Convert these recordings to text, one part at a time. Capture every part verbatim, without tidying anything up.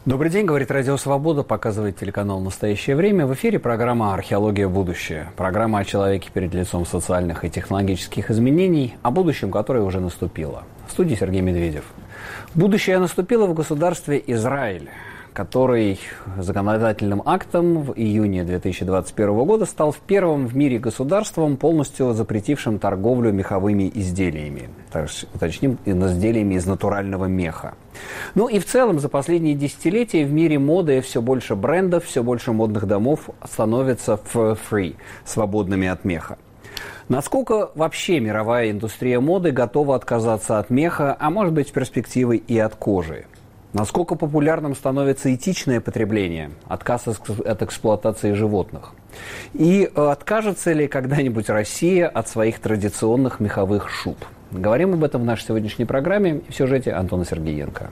Добрый день, говорит Радио Свобода, показывает телеканал «Настоящее время». В эфире программа «Археология. Будущее». Программа о человеке перед лицом социальных и технологических изменений, о будущем, которое уже наступило. В студии Сергей Медведев. Будущее наступило в государстве Израиль, который законодательным актом в июне две тысячи двадцать первого года стал первым в мире государством, полностью запретившим торговлю меховыми изделиями, так, уточним, изделиями из натурального меха. Ну и в целом за последние десятилетия в мире моды все больше брендов, все больше модных домов становятся free, свободными от меха. Насколько вообще мировая индустрия моды готова отказаться от меха, а может быть с перспективой и от кожи? Насколько популярным становится этичное потребление, отказ от эксплуатации животных? И откажется ли когда-нибудь Россия от своих традиционных меховых шуб? Говорим об этом в нашей сегодняшней программе в сюжете Антона Сергеенко.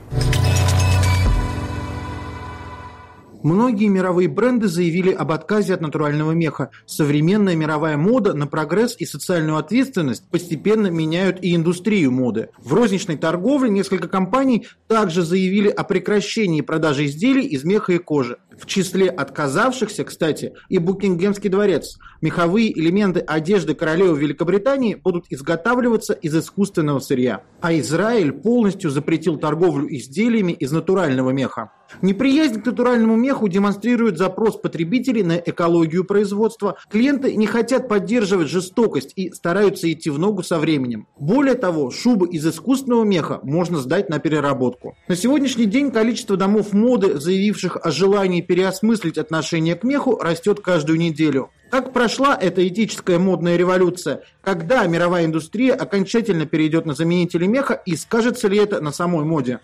Многие мировые бренды заявили об отказе от натурального меха. Современная мировая мода на прогресс и социальную ответственность постепенно меняют и индустрию моды. В розничной торговле несколько компаний также заявили о прекращении продажи изделий из меха и кожи. В числе отказавшихся, кстати, и Букингемский дворец. Меховые элементы одежды королевы Великобритании будут изготавливаться из искусственного сырья. А Израиль полностью запретил торговлю изделиями из натурального меха. Неприязнь к натуральному меху демонстрирует запрос потребителей на экологию производства. Клиенты не хотят поддерживать жестокость и стараются идти в ногу со временем. Более того, шубы из искусственного меха можно сдать на переработку. На сегодняшний день количество домов моды, заявивших о желании переосмыслить отношение к меху, растет каждую неделю. Как прошла эта этическая модная революция? Когда мировая индустрия окончательно перейдет на заменители меха и скажется ли это на самой моде?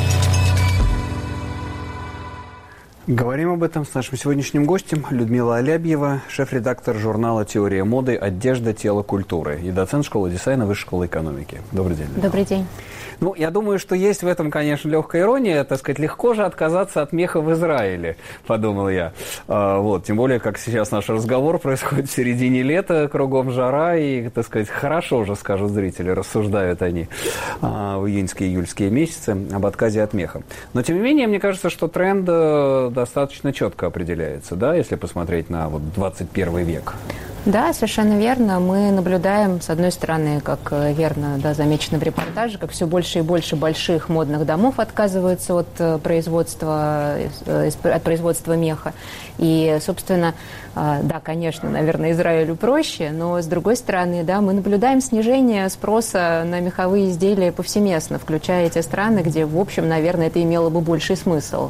Говорим об этом с нашим сегодняшним гостем Людмила Алябьева, шеф-редактор журнала «Теория моды. Одежда. Тело. Культуры» и доцент школы дизайна Высшей школы экономики. Добрый день. Людмила. Добрый день. Ну, я думаю, что есть в этом, конечно, легкая ирония, так сказать, легко же отказаться от меха в Израиле, подумал я. А, вот, тем более, как сейчас наш разговор происходит в середине лета, кругом жара, и, так сказать, хорошо же, скажут зрители, рассуждают они а, в июньские, июльские месяцы об отказе от меха. Но, тем не менее, мне кажется, что тренд достаточно четко определяется, да, если посмотреть на вот двадцать первый век. Да, совершенно верно. Мы наблюдаем, с одной стороны, как верно да, замечено в репортаже, как все больше и больше больших модных домов отказываются от производства, от производства меха. И, собственно, да, конечно, наверное, Израилю проще, но, с другой стороны, да, мы наблюдаем снижение спроса на меховые изделия повсеместно, включая те страны, где, в общем, наверное, это имело бы больший смысл.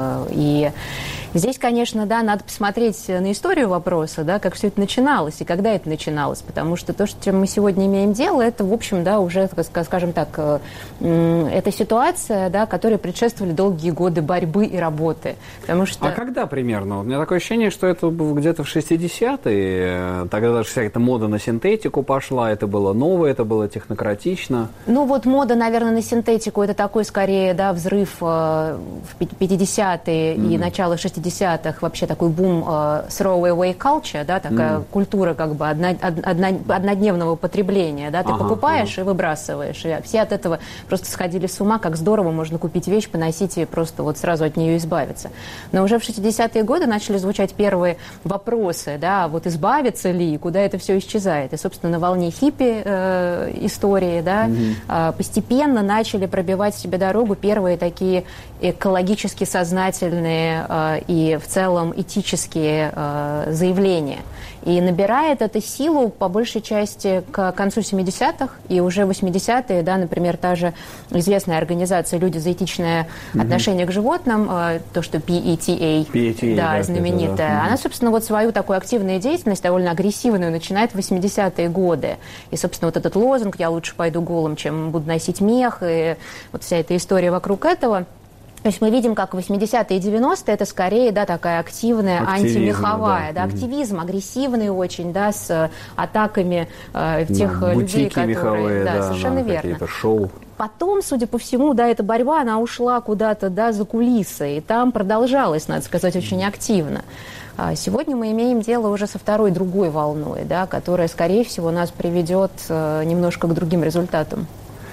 И здесь, конечно, да, надо посмотреть на историю вопроса, да, как все это начиналось и когда это начиналось, потому что то, с чем мы сегодня имеем дело, это, в общем, да, уже, скажем так, это ситуация, да, которой предшествовали долгие годы борьбы и работы. Потому что... А когда примерно? У меня такое ощущение, что это было где-то в шестидесятые, тогда даже вся эта мода на синтетику пошла, это было новое, это было технократично. Ну вот мода, наверное, на синтетику, это такой, скорее, да, взрыв в пятидесятые mm-hmm. и начало шестидесятых, вообще такой бум uh, throwaway away culture, да, такая mm-hmm. культура как бы одно, одно, однодневного потребления, да, ты ага, покупаешь ага. и выбрасываешь, и все от этого просто сходили с ума, как здорово можно купить вещь, поносить и просто вот сразу от нее избавиться. Но уже в шестидесятые годы начали звучать первые вопросы, да, вот избавиться ли, куда это все исчезает, и, собственно, на волне хиппи э, истории, да, mm-hmm. э, постепенно начали пробивать себе дорогу первые такие экологически сознательные э, и в целом этические э, заявления. И набирает это силу по большей части к концу семидесятых и уже восьмидесятые, да, например, та же известная организация «Люди за этичное mm-hmm. отношение к животным», э, то, что пи и ти эй, пи и ти эй да, да, знаменитая, это, да. Mm-hmm. она, собственно, вот свою такую активную деятельность, довольно агрессивную, начинает в восьмидесятые годы. И, собственно, вот этот лозунг «Я лучше пойду голым, чем буду носить мех», и вот вся эта история вокруг этого. То есть мы видим, как восьмидесятые и девяностые это скорее, да, такая активная активизм, антимеховая, да, да, активизм, агрессивный очень, да, с атаками э, тех да, людей, которые... меховые, да, да, совершенно да, верно. Шоу. Потом, судя по всему, да, эта борьба, она ушла куда-то, да, за кулисы, и там продолжалась, надо сказать, очень активно. Сегодня мы имеем дело уже со второй, другой волной, да, которая, скорее всего, нас приведет э, немножко к другим результатам.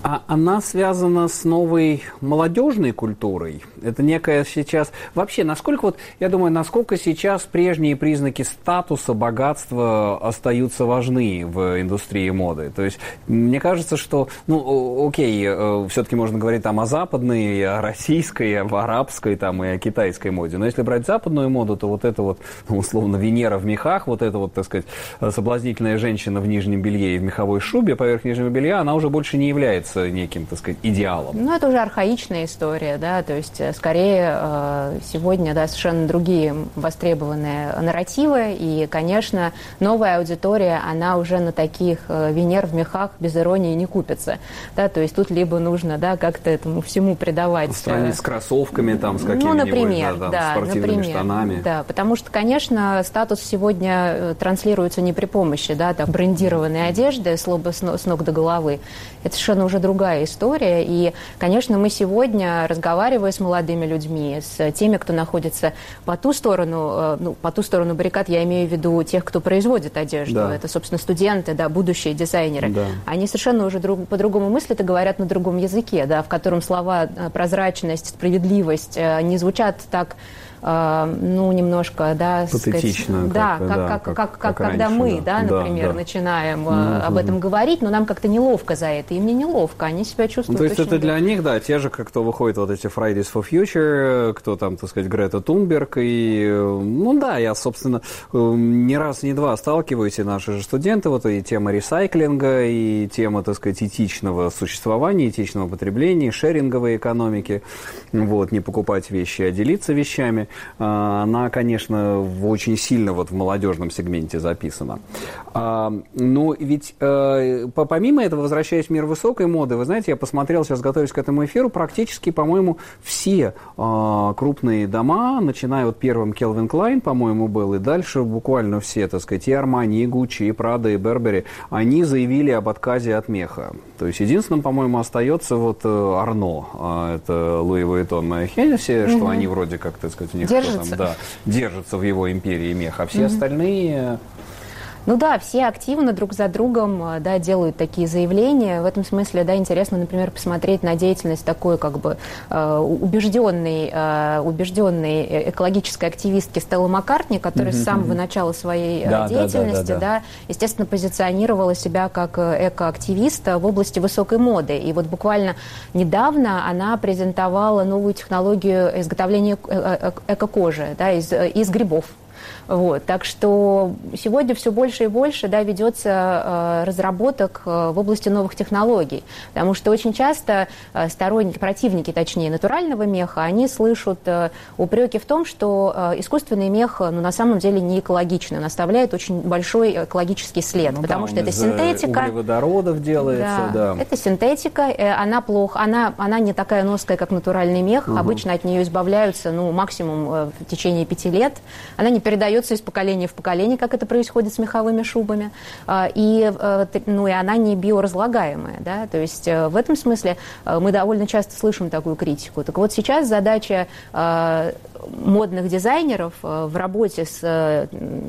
А она связана с новой молодежной культурой? Это некая сейчас... Вообще, насколько вот, я думаю, насколько сейчас прежние признаки статуса, богатства остаются важны в индустрии моды? То есть, мне кажется, что, ну, окей, все-таки можно говорить там о западной, о российской, о арабской, там, и о китайской моде. Но если брать западную моду, то вот это вот, ну, условно, Венера в мехах, вот эта вот, так сказать, соблазнительная женщина в нижнем белье и в меховой шубе поверх нижнего белья, она уже больше не является неким, так сказать, идеалом. Ну, это уже архаичная история, да, то есть, скорее, сегодня, да, совершенно другие востребованные нарративы, и, конечно, новая аудитория, она уже на таких Венер в мехах без иронии не купится, да, то есть тут либо нужно, да, как-то этому всему придавать... Страниц с кроссовками, там, с какими-нибудь, ну, например, да, там, да, спортивными например, штанами. Да, потому что, конечно, статус сегодня транслируется не при помощи, да, там, брендированной одежды с ног до головы. Это совершенно уже другая история. И, конечно, мы сегодня, разговаривая с молодыми людьми, с теми, кто находится по ту сторону, ну, по ту сторону баррикад, я имею в виду тех, кто производит одежду. Да. Это, собственно, студенты, да, будущие дизайнеры. Да. Они совершенно уже друг, по-другому мыслят и говорят на другом языке, да, в котором слова прозрачность, справедливость не звучат так... ну, немножко, да, патетично. Сказать, да, как, как, да, как, как, как, как, как когда раньше, мы, да, да, да например, да. начинаем mm-hmm. об этом говорить, но нам как-то неловко за это. Им не неловко, они себя чувствуют. Ну, то есть это очень... для них, да, те же, кто выходит вот эти Fridays for Future, кто там, так сказать, Грета Тунберг, и, ну да, я, собственно, не раз, не два сталкиваюсь, и наши же студенты, вот и тема ресайклинга, и тема, так сказать, этичного существования, этичного потребления, шеринговой экономики, вот, не покупать вещи, а делиться вещами, она, конечно, очень сильно вот в молодежном сегменте записана. Но ведь помимо этого, возвращаясь в мир высокой моды, вы знаете, я посмотрел сейчас, готовясь к этому эфиру, практически, по-моему, все крупные дома, начиная от первым Calvin Klein, по-моему, был, и дальше буквально все, так сказать, и Armani, и Gucci, и Prada, и Burberry, они заявили об отказе от меха. То есть единственным, по-моему, остается вот Арно, это Луи Vuitton, Моя Хеннесси, mm-hmm. что они вроде как, так сказать, у них держится. Там, да, держится в его империи мех, а все mm-hmm. остальные... Ну да, все активно друг за другом, да, делают такие заявления. В этом смысле, да, интересно, например, посмотреть на деятельность такой, как бы, убежденной, убежденной экологической активистки Стеллы Маккартни, которая mm-hmm. с самого начала своей да, деятельности, да, да, да, да, естественно, позиционировала себя как экоактивиста в области высокой моды. И вот буквально недавно она презентовала новую технологию изготовления эко-кожи, да, из, из грибов. Вот, так что сегодня все больше и больше, да, ведется э, разработок э, в области новых технологий, потому что очень часто э, сторонники, противники, точнее, натурального меха, они слышат э, упреки в том, что э, искусственный мех, ну, на самом деле не экологичный, он оставляет очень большой экологический след, ну, потому да, что это синтетика. Углеводородов делается, да. да. Это синтетика, э, она плохо, она, она не такая ноская, как натуральный мех, угу. обычно от нее избавляются, ну, максимум э, в течение пяти лет, она не передается из поколения в поколение, как это происходит с меховыми шубами, и, ну, и она не биоразлагаемая, да, то есть в этом смысле мы довольно часто слышим такую критику. Так вот сейчас задача модных дизайнеров в работе с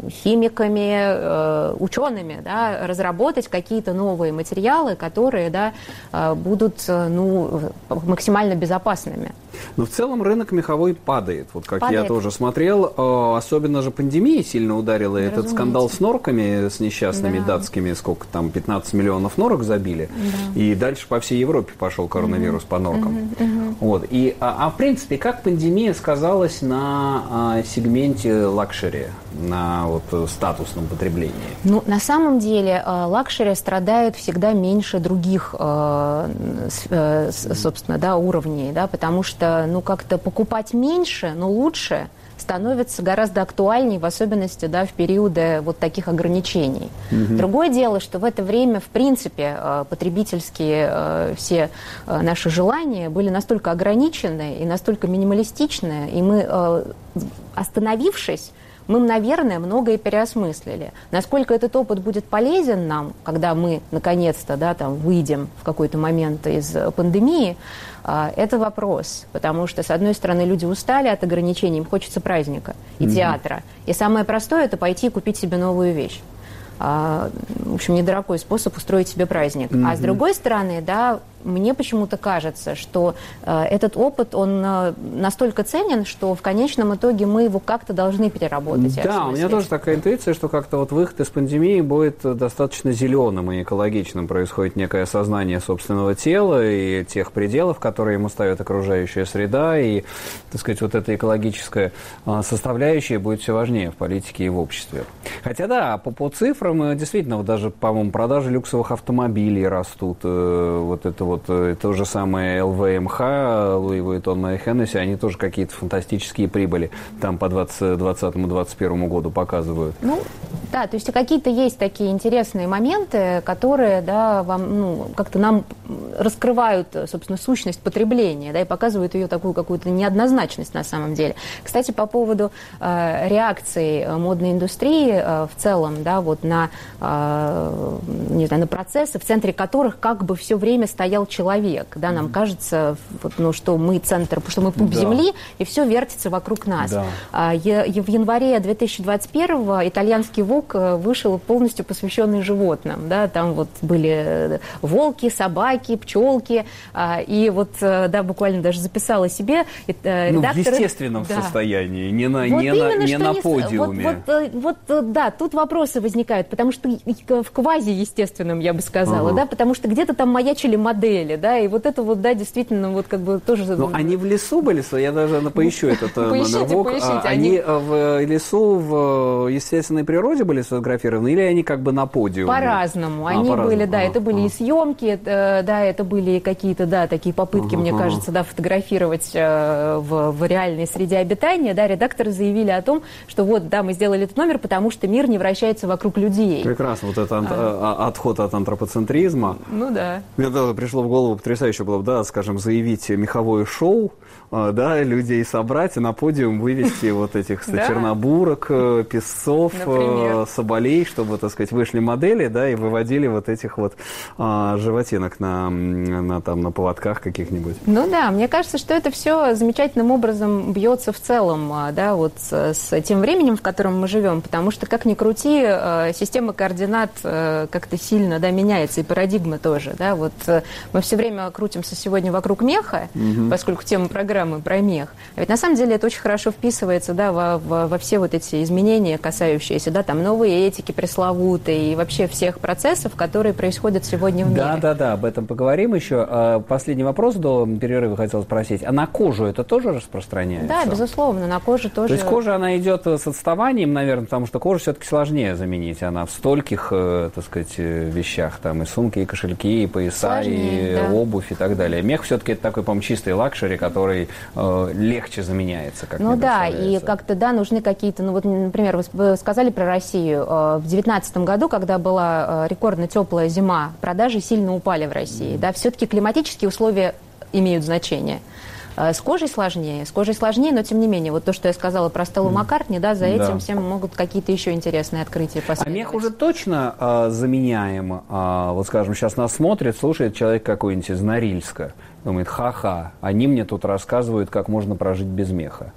химиками, учеными, да, разработать какие-то новые материалы, которые, да, будут, ну, максимально безопасными. Но в целом рынок меховой падает, вот как падает. Я тоже смотрел, особенно же пандемия сильно ударила, этот Разумеется. Скандал с норками, с несчастными да. датскими, сколько там, пятнадцать миллионов норок забили, да. и дальше по всей Европе пошел коронавирус угу. по норкам. Угу. Угу. Вот. И, а, а в принципе, как пандемия сказалась на а, сегменте лакшери, на вот, статусном потреблении? Ну, на самом деле лакшери страдает всегда меньше других, собственно, да, уровней, да, потому что, ну, как-то покупать меньше, но лучше становится гораздо актуальнее, в особенности, да, в периоды вот таких ограничений. Mm-hmm. Другое дело, что в это время, в принципе, потребительские все наши желания были настолько ограничены и настолько минималистичны, и мы, остановившись, мы, наверное, многое переосмыслили. Насколько этот опыт будет полезен нам, когда мы, наконец-то, да, там, выйдем в какой-то момент из пандемии, это вопрос. Потому что, с одной стороны, люди устали от ограничений, им хочется праздника и mm-hmm. театра. И самое простое – это пойти и купить себе новую вещь. В общем, недорогой способ устроить себе праздник. Mm-hmm. А с другой стороны, да, мне почему-то кажется, что э, этот опыт, он э, настолько ценен, что в конечном итоге мы его как-то должны переработать. Да, у меня тоже такая интуиция, что как-то вот выход из пандемии будет достаточно зеленым и экологичным. Происходит некое осознание собственного тела и тех пределов, которые ему ставит окружающая среда, и, так сказать, вот эта экологическая э, составляющая будет все важнее в политике и в обществе. Хотя да, по, по цифрам, действительно, вот даже, по-моему, продажи люксовых автомобилей растут, э, вот это вот, э, то же самое эл ви эм эйч, Луи Vuitton и Hennessy, они тоже какие-то фантастические прибыли там по двадцатому — двадцать первому году показывают. Ну, да, то есть какие-то есть такие интересные моменты, которые, да, вам, ну, как-то нам раскрывают, собственно, сущность потребления, да, и показывают ее такую какую-то неоднозначность на самом деле. Кстати, по поводу э, реакции модной индустрии э, в целом, да, вот на, э, не знаю, на процессы, в центре которых как бы все время стоял человек, да, нам mm-hmm. кажется, вот, ну, что мы центр, что мы пуп да. земли, и все вертится вокруг нас. Да. А, я, я в январе две тысячи двадцать первого итальянский Vogue вышел полностью посвященный животным, да, там вот были волки, собаки, пчелки, а, и вот, да, буквально даже записала себе редактор... Ну, в естественном да. состоянии, не на, вот не именно, на, не на не... подиуме. Вот, вот, вот, да, тут вопросы возникают, потому что в квази-естественном, я бы сказала, ага. да, потому что где-то там маячили модели, да, и вот это вот, да, действительно, вот как бы тоже... Ну, они в лесу были, я даже поищу этот номер Vogue. Они... они в лесу, в естественной природе были сфотографированы, или они как бы на подиуме? По-разному. Они а, были, по да, а, это были а. и съемки, да, это были какие-то, да, такие попытки, ага, мне ага. кажется, да, фотографировать в, в реальной среде обитания, да, редакторы заявили о том, что вот, да, мы сделали этот номер, потому что мир не вращается вокруг людей. Прекрасно, вот это а. отход от антропоцентризма. Ну да. Мне да, пришло в голову потрясающе было бы, да, скажем, заявить меховое шоу, да, людей собрать и на подиум вывести вот этих чернобурок, песцов, соболей, чтобы, так сказать, вышли модели, да, и выводили вот этих вот а, животинок на, на, там, на поводках каких-нибудь. Ну да, мне кажется, что это все замечательным образом бьется в целом, да, вот с, с тем временем, в котором мы живем, потому что, как ни крути, система координат как-то сильно, да, меняется, и парадигма тоже, да, вот мы все время крутимся сегодня вокруг меха, угу. поскольку тема программы про мех, а ведь на самом деле это очень хорошо вписывается, да, во, во, во все вот эти изменения, касающиеся, да, там, новой этики пресловутой и вообще всех процессов, которые происходят сегодня в мире. Да, да, да, об этом поговорим еще. Последний вопрос до перерыва хотел спросить. А на кожу это тоже распространяется? Да, безусловно, на кожу тоже. То есть кожа, она идет с отставанием, наверное, потому что кожу все-таки сложнее заменить. Она в стольких, так сказать, вещах, там, и сумки, и кошельки, и пояса, сложнее, и да. обувь, и так далее. Мех все-таки это такой, по-моему, чистый лакшери, который э, легче заменяется, как ну мне да, и как-то, да, нужны какие-то, ну вот, например, вы сказали про Россию. В две тысячи девятнадцатом году, когда была рекордно теплая зима, продажи сильно упали в России. Mm-hmm. Да, все-таки климатические условия имеют значение. С кожей сложнее, с кожей сложнее, но тем не менее, вот то, что я сказала про Стеллу Маккартни, да, за этим да. всем могут какие-то еще интересные открытия последовать. А мех уже точно а, заменяем? А, вот, скажем, сейчас нас смотрит, слушает человек какой-нибудь из Норильска, думает, ха-ха, они мне тут рассказывают, как можно прожить без меха.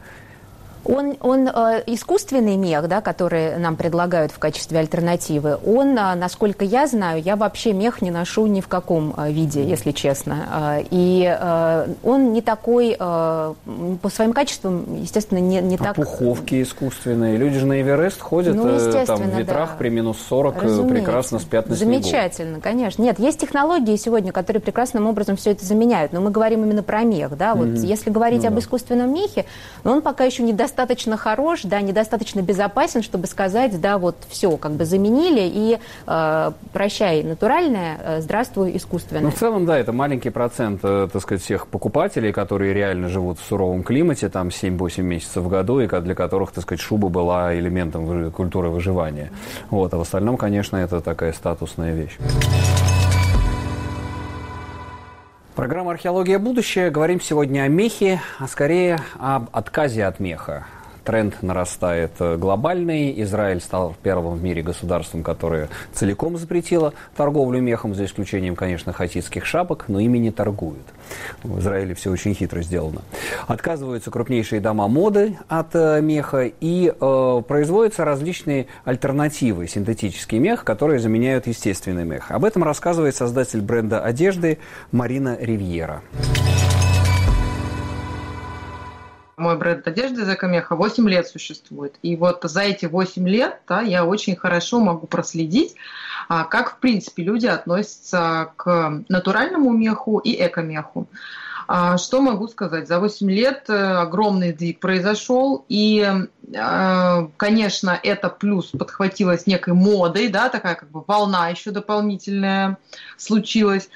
Он, он э, искусственный мех, да, который нам предлагают в качестве альтернативы, он, э, насколько я знаю, я вообще мех не ношу ни в каком э, виде, если честно. Э, и э, он не такой, э, по своим качествам, естественно, не, не а так... пуховки искусственные. Люди же на Эверест ходят ну, э, там, в ветрах да. при минус сорок, разумеется. Прекрасно спят на снегу. Замечательно, конечно. Нет, есть технологии сегодня, которые прекрасным образом все это заменяют, но мы говорим именно про мех. Да? Вот, mm-hmm. Если говорить ну, об да. искусственном мехе, но он пока еще недостаточно достаточно хорош, да, недостаточно безопасен, чтобы сказать, да, вот все, как бы заменили, и э, прощай натуральное, э, здравствуй искусственное. Ну, в целом, да, это маленький процент, э, так сказать, всех покупателей, которые реально живут в суровом климате, там, семь-восемь месяцев в году, и для которых, так сказать, шуба была элементом культуры выживания. Вот, а в остальном, конечно, это такая статусная вещь. Программа «Археология. Будущее». Говорим сегодня о мехе, а скорее об отказе от меха. тренд нарастает глобальный. Израиль стал первым в мире государством, которое целиком запретило торговлю мехом, за исключением, конечно, хасидских шапок, но ими не торгуют. В Израиле все очень хитро сделано. Отказываются крупнейшие дома моды от э, меха, и э, производятся различные альтернативы, синтетический мех, которые заменяют естественный мех. Об этом рассказывает создатель бренда одежды Марина Ривьера. Мой бренд одежды из экомеха восемь лет существует. И вот за эти восемь лет да, я очень хорошо могу проследить, как, в принципе, люди относятся к натуральному меху и экомеху. Что могу сказать? За восемь лет огромный сдвиг произошел, и, конечно, это плюс подхватилось некой модой, да, такая как бы волна еще дополнительная случилась.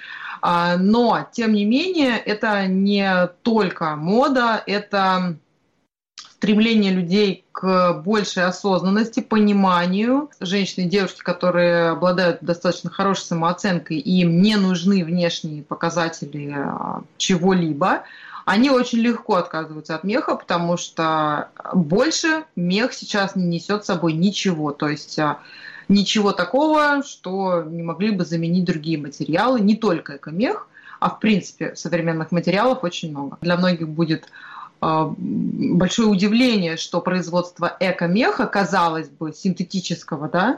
Но, тем не менее, это не только мода, это стремление людей к большей осознанности, пониманию. Женщины и девушки, которые обладают достаточно хорошей самооценкой, и им не нужны внешние показатели чего-либо, они очень легко отказываются от меха, потому что больше мех сейчас не несет с собой ничего. То есть ничего такого, что не могли бы заменить другие материалы, не только экомех, а в принципе современных материалов очень много. Для многих будет э, большое удивление, что производство экомеха, казалось бы, синтетического, да, э,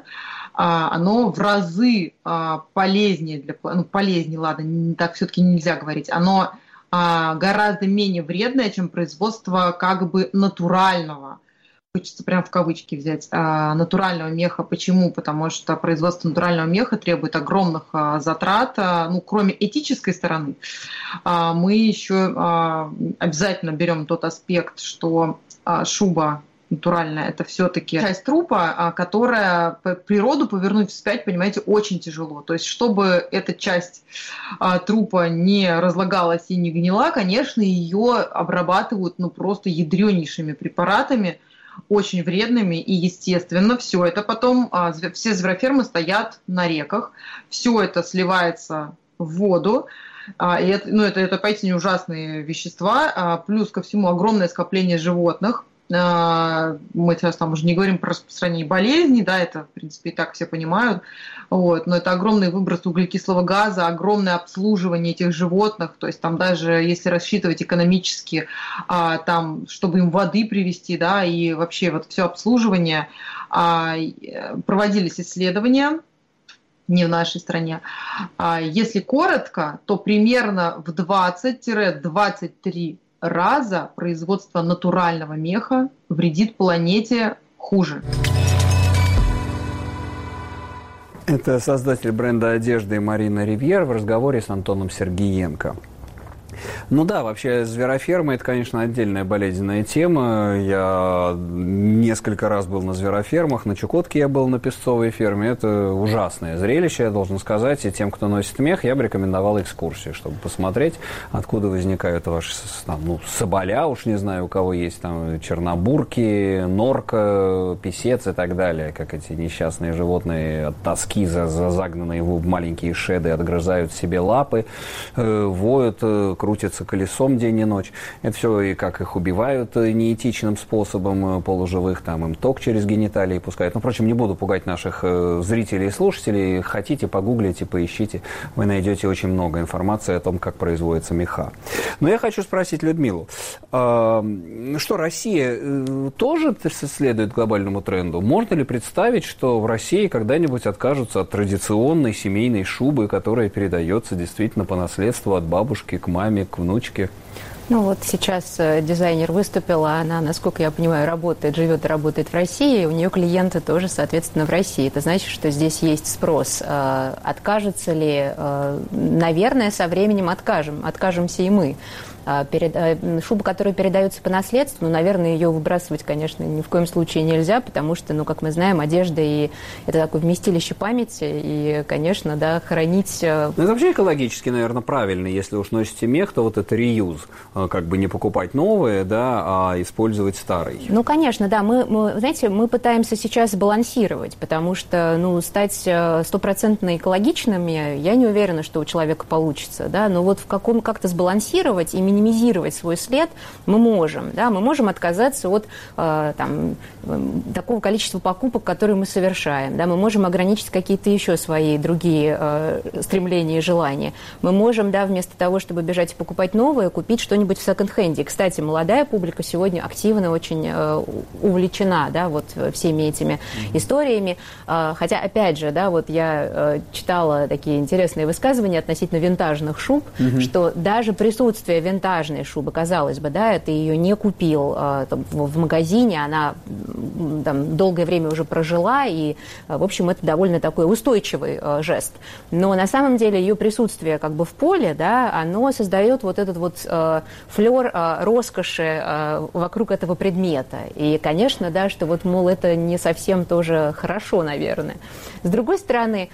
оно в разы э, полезнее, для, ну полезнее, ладно, не, так все-таки нельзя говорить, оно э, гораздо менее вредное, чем производство как бы натурального. Хочется прям в кавычки взять, натурального меха. Почему? Потому что производство натурального меха требует огромных затрат. Ну, кроме этической стороны, мы еще обязательно берем тот аспект, что шуба натуральная – это все-таки часть трупа, которая природу повернуть вспять, понимаете, очень тяжело. То есть, чтобы эта часть трупа не разлагалась и не гнила, конечно, ее обрабатывают ну, просто ядренейшими препаратами, очень вредными, и, естественно, все это потом, все зверофермы стоят на реках, все это сливается в воду, и это, ну, это, это поистине ужасные вещества, плюс ко всему огромное скопление животных. Мы сейчас там уже не говорим про распространение болезней, да, это, в принципе, и так все понимают, вот, но это огромный выброс углекислого газа, огромное обслуживание этих животных, то есть там даже если рассчитывать экономически, там, чтобы им воды привезти, да, и вообще вот все обслуживание, проводились исследования, не в нашей стране. Если коротко, то примерно в двадцать-двадцать три раза производство натурального меха вредит планете хуже. Это создатель бренда одежды Марина Ривьер в разговоре с Антоном Сергеенко. Ну да, вообще звероферма – это, конечно, отдельная болезненная тема. Я несколько раз был на зверофермах, на Чукотке я был на песцовой ферме. Это ужасное зрелище, я должен сказать. И тем, кто носит мех, я бы рекомендовал экскурсию, чтобы посмотреть, откуда возникают ваши там, ну, соболя, уж не знаю, у кого есть там чернобурки, норка, писец и так далее, как эти несчастные животные от тоски за, за загнанные в маленькие шеды отгрызают себе лапы, э, воют, э, крутятся колесом день и ночь. Это все и как их убивают неэтичным способом полуживых, там им ток через гениталии пускают. Ну, впрочем, не буду пугать наших зрителей и слушателей. Хотите, погуглите, поищите. Вы найдете очень много информации о том, как производятся меха. Но я хочу спросить Людмилу. Что, Россия тоже следует глобальному тренду? Можно ли представить, что в России когда-нибудь откажутся от традиционной семейной шубы, которая передается действительно по наследству от бабушки к маме, к внучке? Ну вот сейчас дизайнер выступила, она, насколько я понимаю, работает, живет и работает в России, и у нее клиенты тоже, соответственно, в России. Это значит, что здесь есть спрос. Откажется ли? Наверное, со временем откажем. Откажемся и мы. Шуба, которая передается по наследству, ну, наверное, ее выбрасывать, конечно, ни в коем случае нельзя, потому что, ну, как мы знаем, одежда и это такое вместилище памяти, и, конечно, да, хранить... Ну, это вообще экологически, наверное, правильно. Если уж носите мех, то вот это реюз, как бы не покупать новое, да, а использовать старый. Ну, конечно, да. Мы, мы, знаете, мы пытаемся сейчас балансировать, потому что, ну, стать стопроцентно экологичными, я не уверена, что у человека получится, да, но вот в каком как-то сбалансировать и минимизировать свой след мы можем. Да? Мы можем отказаться от э, там, такого количества покупок, которые мы совершаем. Да? Мы можем ограничить какие-то еще свои другие э, стремления и желания. Мы можем, да, вместо того, чтобы бежать и покупать новое, купить что-нибудь в секонд-хенде. Кстати, молодая публика сегодня активно очень э, увлечена, да, вот всеми этими mm-hmm. историями. Э, хотя, опять же, да, вот я э, читала такие интересные высказывания относительно винтажных шуб, mm-hmm. что даже присутствие винтажной шубы, казалось бы, да, ты ее не купил э, там, в, в магазине, она там, долгое время уже прожила, и, в общем, это довольно такой устойчивый э, жест. Но на самом деле ее присутствие как бы в поле, да, оно создает вот этот вот э, флер э, роскоши э, вокруг этого предмета. И, конечно, да, что вот, мол, это не совсем тоже хорошо, наверное. С другой стороны,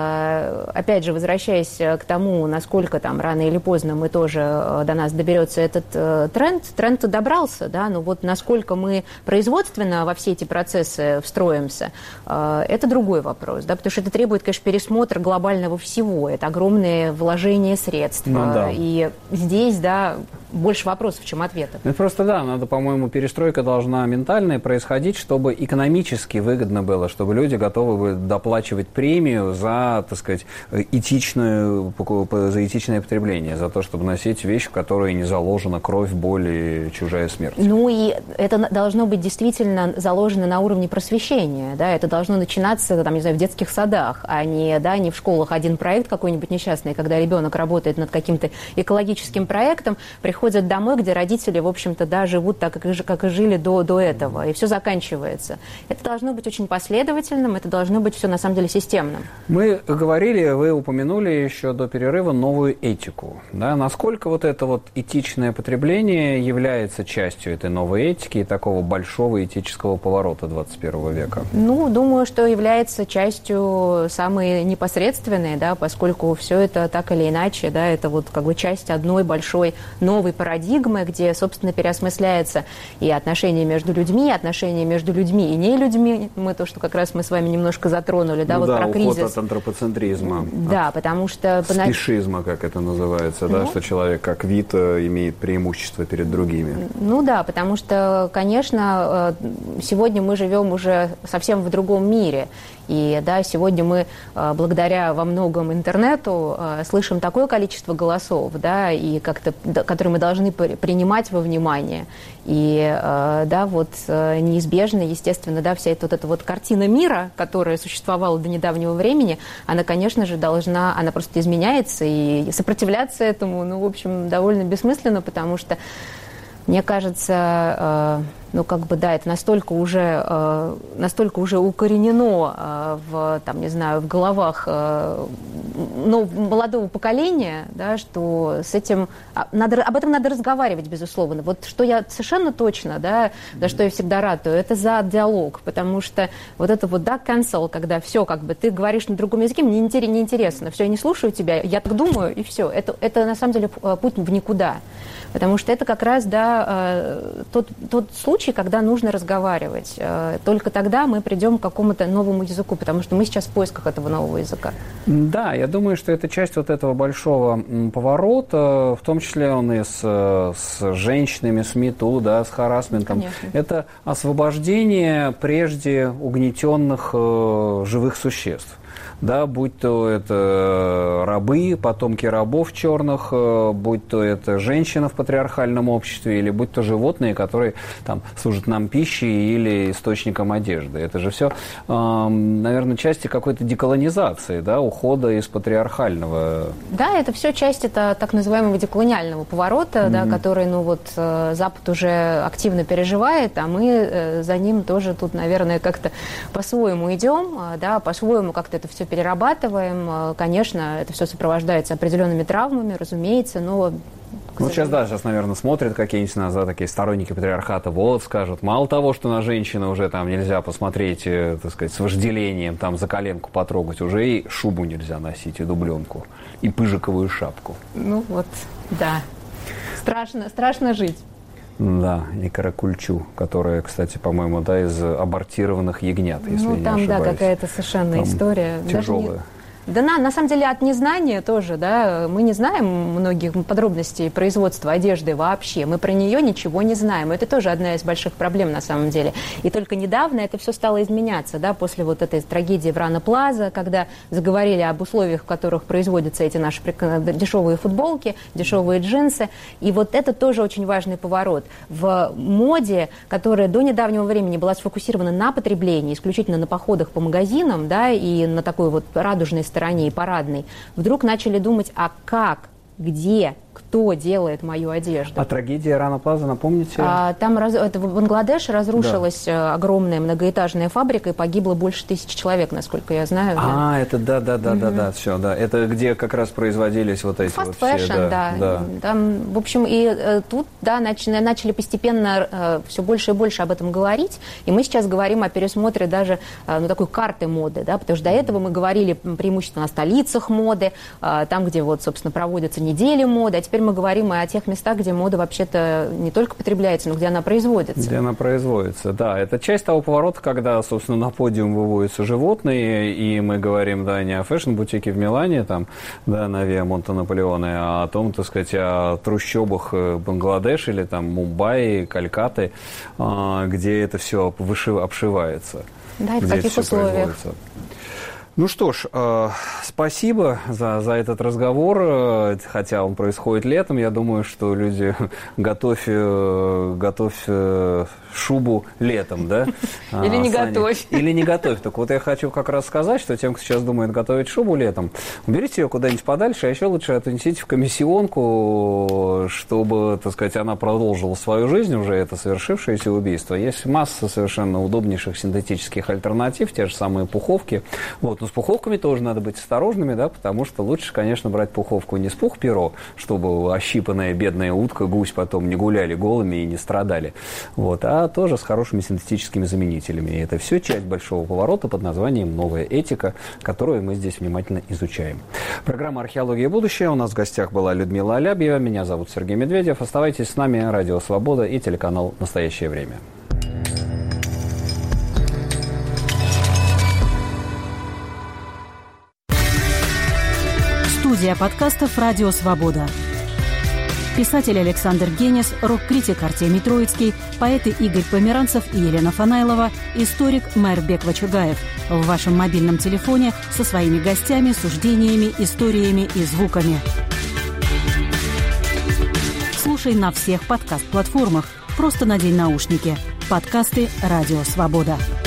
э, опять же, возвращаясь к тому, насколько там рано или поздно мы тоже э, до нас доберется этот э, тренд, тренд добрался, да, но вот насколько мы производственно во все эти процессы встроимся, э, это другой вопрос, да, потому что это требует, конечно, пересмотра глобального всего, это огромные вложения средств, ну, да. И здесь, да, больше вопросов, чем ответов. Это просто, да, надо, по-моему, перестройка должна ментальная происходить, чтобы экономически выгодно было, чтобы люди готовы были доплачивать премию за, так сказать, этичную, за этичное потребление, за то, чтобы носить вещь, в которой не заложена кровь, боль и чужая смерть. Ну и это должно быть действительно заложено на уровне просвещения, да, это должно начинаться, там, не знаю, в детских садах, а не, да, не в школах. Один проект какой-нибудь несчастный, когда ребенок работает над каким-то экологическим проектом, приходят домой, где родители, в общем-то, да, живут так, как и, как и жили до, до этого, и все заканчивается. Это должно быть очень последовательным, это должно быть все, на самом деле, системным. Мы говорили, вы упомянули еще до перерыва новую этику. Да? Насколько вот это вот этичное потребление является частью этой новой этики и такого большого этического поворота двадцать первого века? Ну, думаю, что является частью самой непосредственной, да, поскольку все это так или иначе, да, это вот как бы часть одной большой новой парадигмы, где, собственно, переосмысляется и отношения между людьми, и отношения между людьми и не людьми. Мы то, что как раз мы с вами немножко затронули, да, ну, вот да, про уход кризис. От антропоцентризма. Да, от потому что... Спешизма, как это называется, ну, да, что человек как вид имеет преимущество перед другими. Ну да, потому что, конечно, сегодня мы живем уже совсем в другом мире. И да, сегодня мы благодаря во многом интернету слышим такое количество голосов, да, и как-то, которые мы должны принимать во внимание. И да, вот неизбежно, естественно, да, вся эта вот эта вот картина мира, которая существовала до недавнего времени, она, конечно же, должна, она просто изменяется, и сопротивляться этому, ну, в общем, довольно бессмысленно, потому что, мне кажется, ну, как бы, да, это настолько уже, э, настолько уже укоренено э, в, там, не знаю, в головах э, ну, молодого поколения, да, что с этим, надо, об этом надо разговаривать, безусловно. Вот что я совершенно точно, да, за что я всегда ратую, это за диалог, потому что вот это вот, да, cancel, когда все, как бы, ты говоришь на другом языке, мне неинтересно, все, я не слушаю тебя, я так думаю, и все. Это, это на самом деле путь в никуда. Потому что это как раз, да, тот, тот случай, когда нужно разговаривать. Только тогда мы придем к какому-то новому языку, потому что мы сейчас в поисках этого нового языка. Да, я думаю, что это часть вот этого большого поворота, в том числе он и с, с женщинами, с МИТУ, да, с харассментом. Конечно. Это освобождение прежде угнетенных э, живых существ. Да, будь то это рабы, потомки рабов черных, будь то это женщина в патриархальном обществе, или будь то животные, которые там служат нам пищей или источником одежды. Это же все, э, наверное, части какой-то деколонизации, да, ухода из патриархального. Да, это все часть это, так называемого деколониального поворота, mm-hmm. да, который, ну вот, Запад уже активно переживает, а мы за ним тоже тут, наверное, как-то по-своему идем, да, по-своему как-то это все перерабатываем. Конечно, это все сопровождается определенными травмами, разумеется, но... Ну, сейчас, да, сейчас, наверное, смотрят какие-нибудь нас, да, такие сторонники патриархата, вот, скажут, мало того, что на женщину уже там нельзя посмотреть, так сказать, с вожделением, там, за коленку потрогать, уже и шубу нельзя носить, и дубленку, и пыжиковую шапку. Ну, вот, да. Страшно, страшно жить. Да, и каракульчу, которая, кстати, по-моему, да, из абортированных ягнят, если ну, я там, не ошибаюсь. Да, какая-то совершенно там история. тяжелая. Да, на, на самом деле от незнания тоже, да, мы не знаем многих подробностей производства одежды вообще, мы про нее ничего не знаем, это тоже одна из больших проблем на самом деле. И только недавно это все стало изменяться, да, после вот этой трагедии в Рана Плаза, когда заговорили об условиях, в которых производятся эти наши дешевые футболки, дешевые джинсы, и вот это тоже очень важный поворот. В моде, которая до недавнего времени была сфокусирована на потреблении, исключительно на походах по магазинам, да, и на такой вот радужной стороне и парадной, вдруг начали думать, а как, где, кто делает мою одежду. А трагедия Рана Плаза, напомните? А, там раз, это в Бангладеше разрушилась да. огромная многоэтажная фабрика, и погибло больше тысячи человек, насколько я знаю. А, да. это да-да-да, да, да, все, да. Это где как раз производились вот эти Fast вот fashion, все. Да, да. Там, в общем, и э, тут, да, начали, начали постепенно э, все больше и больше об этом говорить, и мы сейчас говорим о пересмотре даже, э, ну, такой карты моды, да, потому что до этого мы говорили преимущественно о столицах моды, э, там, где вот, собственно, проводятся недели моды, а теперь мы говорим и о тех местах, где мода вообще-то не только потребляется, но где она производится. Где она производится, да. Это часть того поворота, когда, собственно, на подиум выводятся животные, и мы говорим, да, не о фэшн-бутике в Милане, там, да, на Виа Монте Наполеоне, а о том, так сказать, о трущобах Бангладеш или там Мумбаи, Калькатты, где это все обшивается. Да, и в каких условиях. Ну что ж, э, спасибо за, за этот разговор, э, хотя он происходит летом. Я думаю, что люди готовь, э, готовь э, шубу летом, да? Или не готовь. Или не готовь. Так вот я хочу как раз сказать, что тем, кто сейчас думает готовить шубу летом, уберите ее куда-нибудь подальше, а еще лучше отнесите в комиссионку, чтобы, так сказать, она продолжила свою жизнь, уже это совершившееся убийство. Есть масса совершенно удобнейших синтетических альтернатив, те же самые пуховки. Вот. Но с пуховками тоже надо быть осторожными, да, потому что лучше, конечно, брать пуховку не с пух-перо, чтобы ощипанная бедная утка, гусь потом не гуляли голыми и не страдали, вот, а тоже с хорошими синтетическими заменителями. И это все часть большого поворота под названием «Новая этика», которую мы здесь внимательно изучаем. Программа «Археология. Будущее». У нас в гостях была Людмила Алябьева, меня зовут Сергей Медведев. Оставайтесь с нами, Радио Свобода и телеканал «Настоящее время». Студия подкастов «Радио Свобода». Писатель Александр Генис, рок-критик Артемий Троицкий, поэты Игорь Померанцев и Елена Фанаилова, историк Майрбек Вачугаев. В вашем мобильном телефоне со своими гостями, суждениями, историями и звуками. Слушай на всех подкаст-платформах. Просто надень наушники. Подкасты «Радио Свобода».